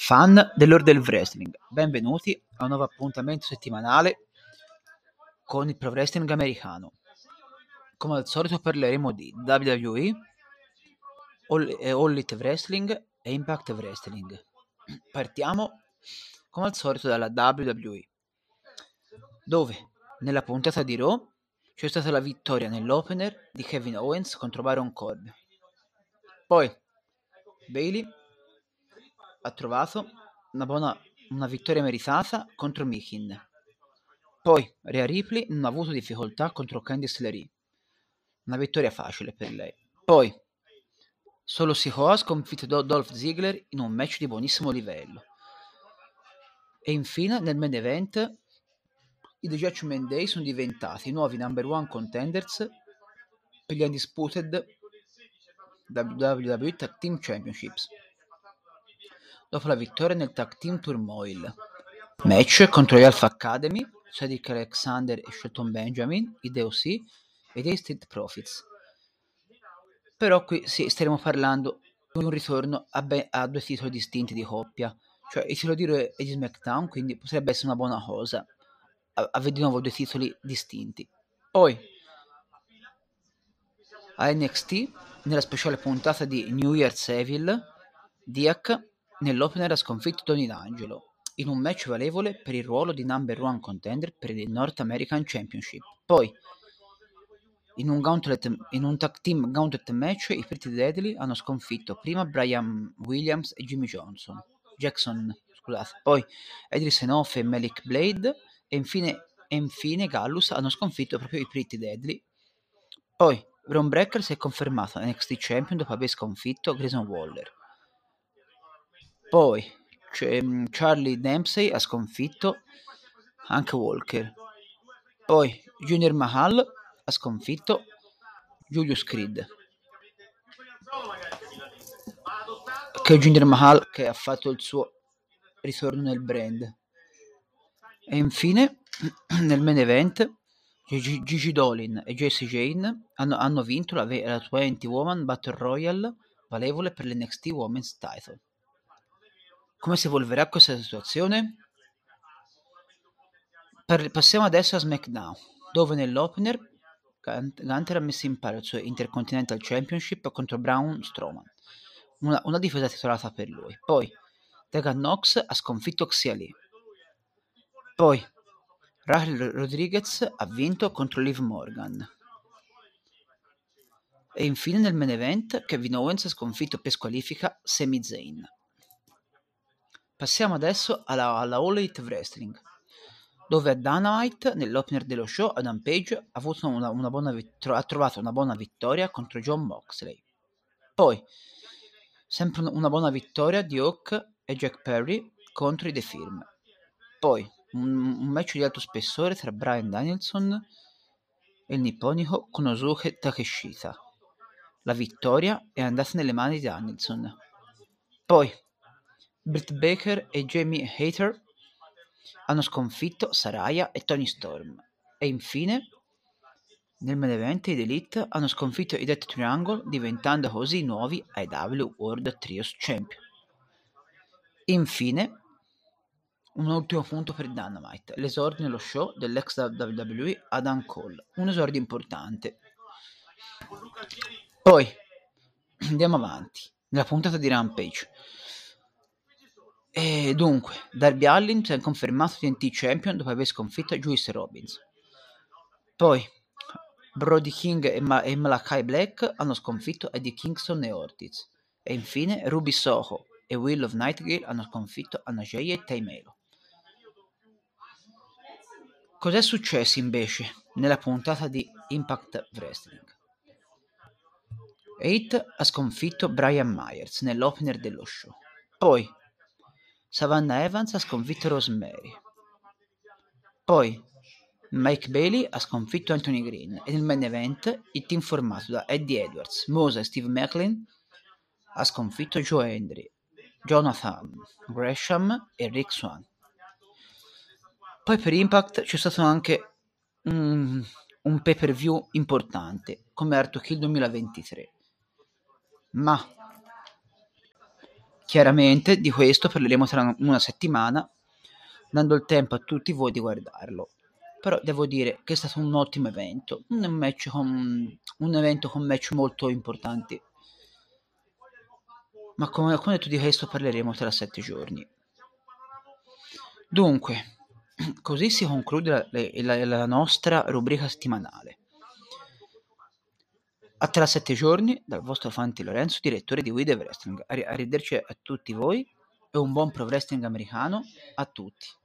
Fan dell'Order del Wrestling, benvenuti a un nuovo appuntamento settimanale con il pro wrestling americano. Come al solito parleremo di WWE, All Elite Wrestling e Impact Wrestling. Partiamo come al solito dalla WWE, dove nella puntata di Raw c'è stata la vittoria nell'opener di Kevin Owens contro Baron Corbin. Poi Bayley ha trovato una vittoria meritata contro Mikin. Poi Rhea Ripley non ha avuto difficoltà contro Candice LeRae, una vittoria facile per lei. Poi solo Sikoa ha sconfitto Dolph Ziggler in un match di buonissimo livello. E infine nel main event i The Judgment Day sono diventati i nuovi number one contenders per gli Undisputed WWE Tag Team Championships dopo la vittoria nel Tag Team Turmoil match contro gli Alpha Academy, Cedric Alexander e Shelton Benjamin, i DOC e dei Street Profits. Però qui staremo parlando di un ritorno a due titoli distinti di coppia, cioè il titolo di Raw e di SmackDown, quindi potrebbe essere una buona cosa avere di nuovo due titoli distinti. Poi a NXT, nella speciale puntata di New Year's Evil, Diak nell'opener ha sconfitto Tony D'Angelo in un match valevole per il ruolo di number one contender per il North American Championship. Poi in un tag team gauntlet match i Pretty Deadly hanno sconfitto prima Brian Williams e Jimmy Jackson, poi Edris Enoff e Malik Blade e infine Gallus hanno sconfitto proprio i Pretty Deadly. Poi Bron Breakker si è confermato NXT Champion dopo aver sconfitto Grayson Waller. Poi Charlie Dempsey ha sconfitto anche Walker. Poi Junior Mahal ha sconfitto Julius Creed. Junior Mahal che ha fatto il suo ritorno nel brand. E infine nel main event Gigi Dolin e Jessie Jane hanno vinto la 20 Woman Battle Royale valevole per l'NXT Women's Title. Come si evolverà questa situazione? Passiamo adesso a SmackDown, dove nell'opener Gunther ha messo in palio il suo Intercontinental Championship contro Braun Strowman, una difesa titolata per lui. Poi Tegan Nox ha sconfitto Xia Li. Poi Raquel Rodriguez ha vinto contro Liv Morgan. E infine nel main event Kevin Owens ha sconfitto per squalifica Sami Zayn. Passiamo adesso alla All Elite Wrestling, dove a Dynamite nell'opener dello show Adam Page ha avuto ha trovato una buona vittoria contro Jon Moxley. Poi sempre una buona vittoria di Hawk e Jack Perry contro i The Firm. Poi un match di alto spessore tra Bryan Danielson e il nipponico Konosuke Takeshita. La vittoria è andata nelle mani di Danielson. Poi Britt Baker e Jamie Hayter hanno sconfitto Saraya e Toni Storm. E infine nel main event i The Elite hanno sconfitto i Death Triangle, diventando così i nuovi AEW World Trios Champion. Infine un ultimo punto per Dynamite, l'esordio nello show dell'ex WWE Adam Cole, un esordio importante. Poi andiamo avanti nella puntata di Rampage. E dunque Darby Allin si è confermato TNT Champion dopo aver sconfitto Juice Robbins. Poi Brody King e Malachi Black hanno sconfitto Eddie Kingston e Ortiz. E infine Ruby Soho e Will of Nightingale hanno sconfitto Anna Jay e Tay Melo. Cos'è successo invece nella puntata di Impact Wrestling? 8 ha sconfitto Brian Myers nell'opener dello show. Poi Savannah Evans ha sconfitto Rosemary. Poi Mike Bailey ha sconfitto Anthony Green e nel main event il team formato da Eddie Edwards, Mosa e Steve Macklin ha sconfitto Joe Hendry, Jonathan Gresham e Rick Swann. Poi per Impact c'è stato anche un pay per view importante come Hard to Kill 2023, ma Chiaramente di questo parleremo tra una settimana, dando il tempo a tutti voi di guardarlo. Però devo dire che è stato un ottimo evento, un evento con match molto importanti. Ma come ho detto, di questo parleremo tra 7 giorni. Dunque, così si conclude la nostra rubrica settimanale. A tra 7 giorni, dal vostro Fanti Lorenzo, direttore di We The Wrestling. Arrivederci a tutti voi e un buon pro wrestling americano a tutti.